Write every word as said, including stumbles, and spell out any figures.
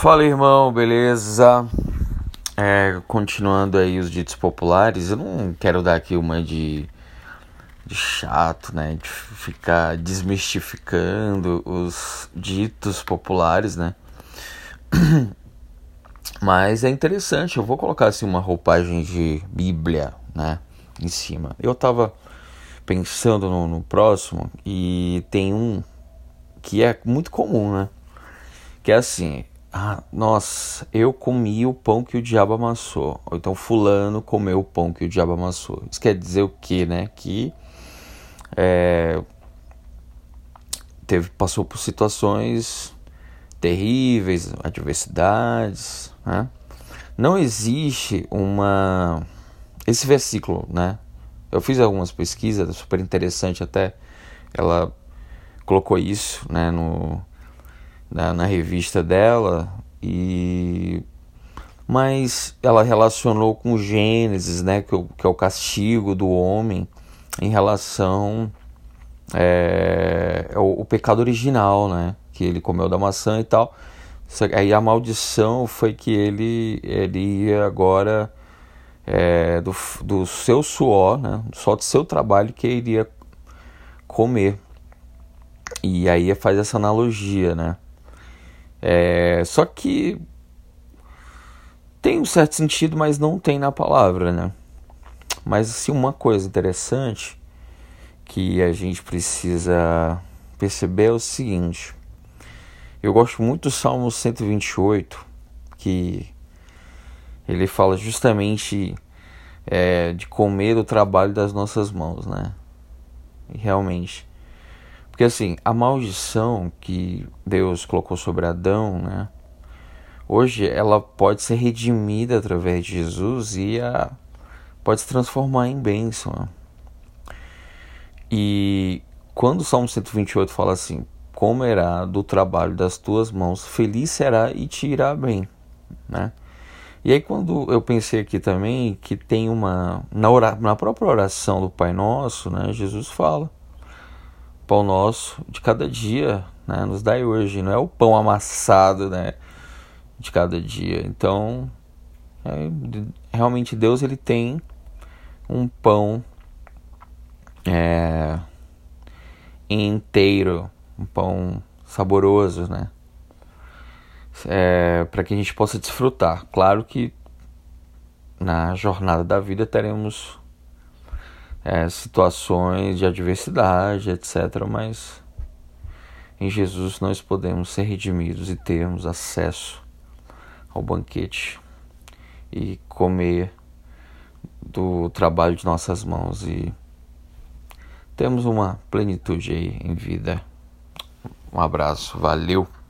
Fala, irmão, beleza? É, continuando aí os ditos populares, eu não quero dar aqui uma de, de chato, né? De ficar desmistificando os ditos populares, né? Mas é interessante, eu vou colocar assim uma roupagem de Bíblia, né? Em cima. Eu tava pensando no, no próximo e tem um que é muito comum, né? Que é assim: ah, nossa, eu comi o pão que o diabo amassou. Ou então fulano comeu o pão que o diabo amassou. Isso quer dizer o quê, né? Que é, teve, passou por situações terríveis, adversidades, né? Não existe uma... Esse versículo, né? Eu fiz algumas pesquisas, super interessante até. Ela colocou isso, né, no... Na, na revista dela, e mas ela relacionou com Gênesis, né, que, que é o castigo do homem em relação é, ao, ao pecado original, né, que ele comeu da maçã e tal. Aí a maldição foi que ele, ele ia agora é, do, do seu suor, né, só do seu trabalho que ele iria comer. E aí faz essa analogia, né? É, só que tem um certo sentido, mas não tem na palavra, né? Mas assim, uma coisa interessante que a gente precisa perceber é o seguinte: eu gosto muito do Salmo cento e vinte e oito, que ele fala justamente é, de comer o trabalho das nossas mãos, né? E realmente, porque assim, a maldição que Deus colocou sobre Adão, né? Hoje ela pode ser redimida através de Jesus e a, pode se transformar em bênção, né? E quando o Salmo cento e vinte e oito fala assim: comerá do trabalho das tuas mãos, feliz será e te irá bem, né? E aí quando eu pensei aqui também que tem uma... Na, ora, na própria oração do Pai Nosso, né, Jesus fala: pão nosso de cada dia, né, nos dai hoje. Não é o pão amassado, né, de cada dia. Então, é, realmente Deus ele tem um pão é, inteiro, um pão saboroso, né? É, para que a gente possa desfrutar. Claro que na jornada da vida teremos é, situações de adversidade, etcétera. Mas em Jesus nós podemos ser redimidos e termos acesso ao banquete e comer do trabalho de nossas mãos e temos uma plenitude aí em vida. Um abraço, valeu!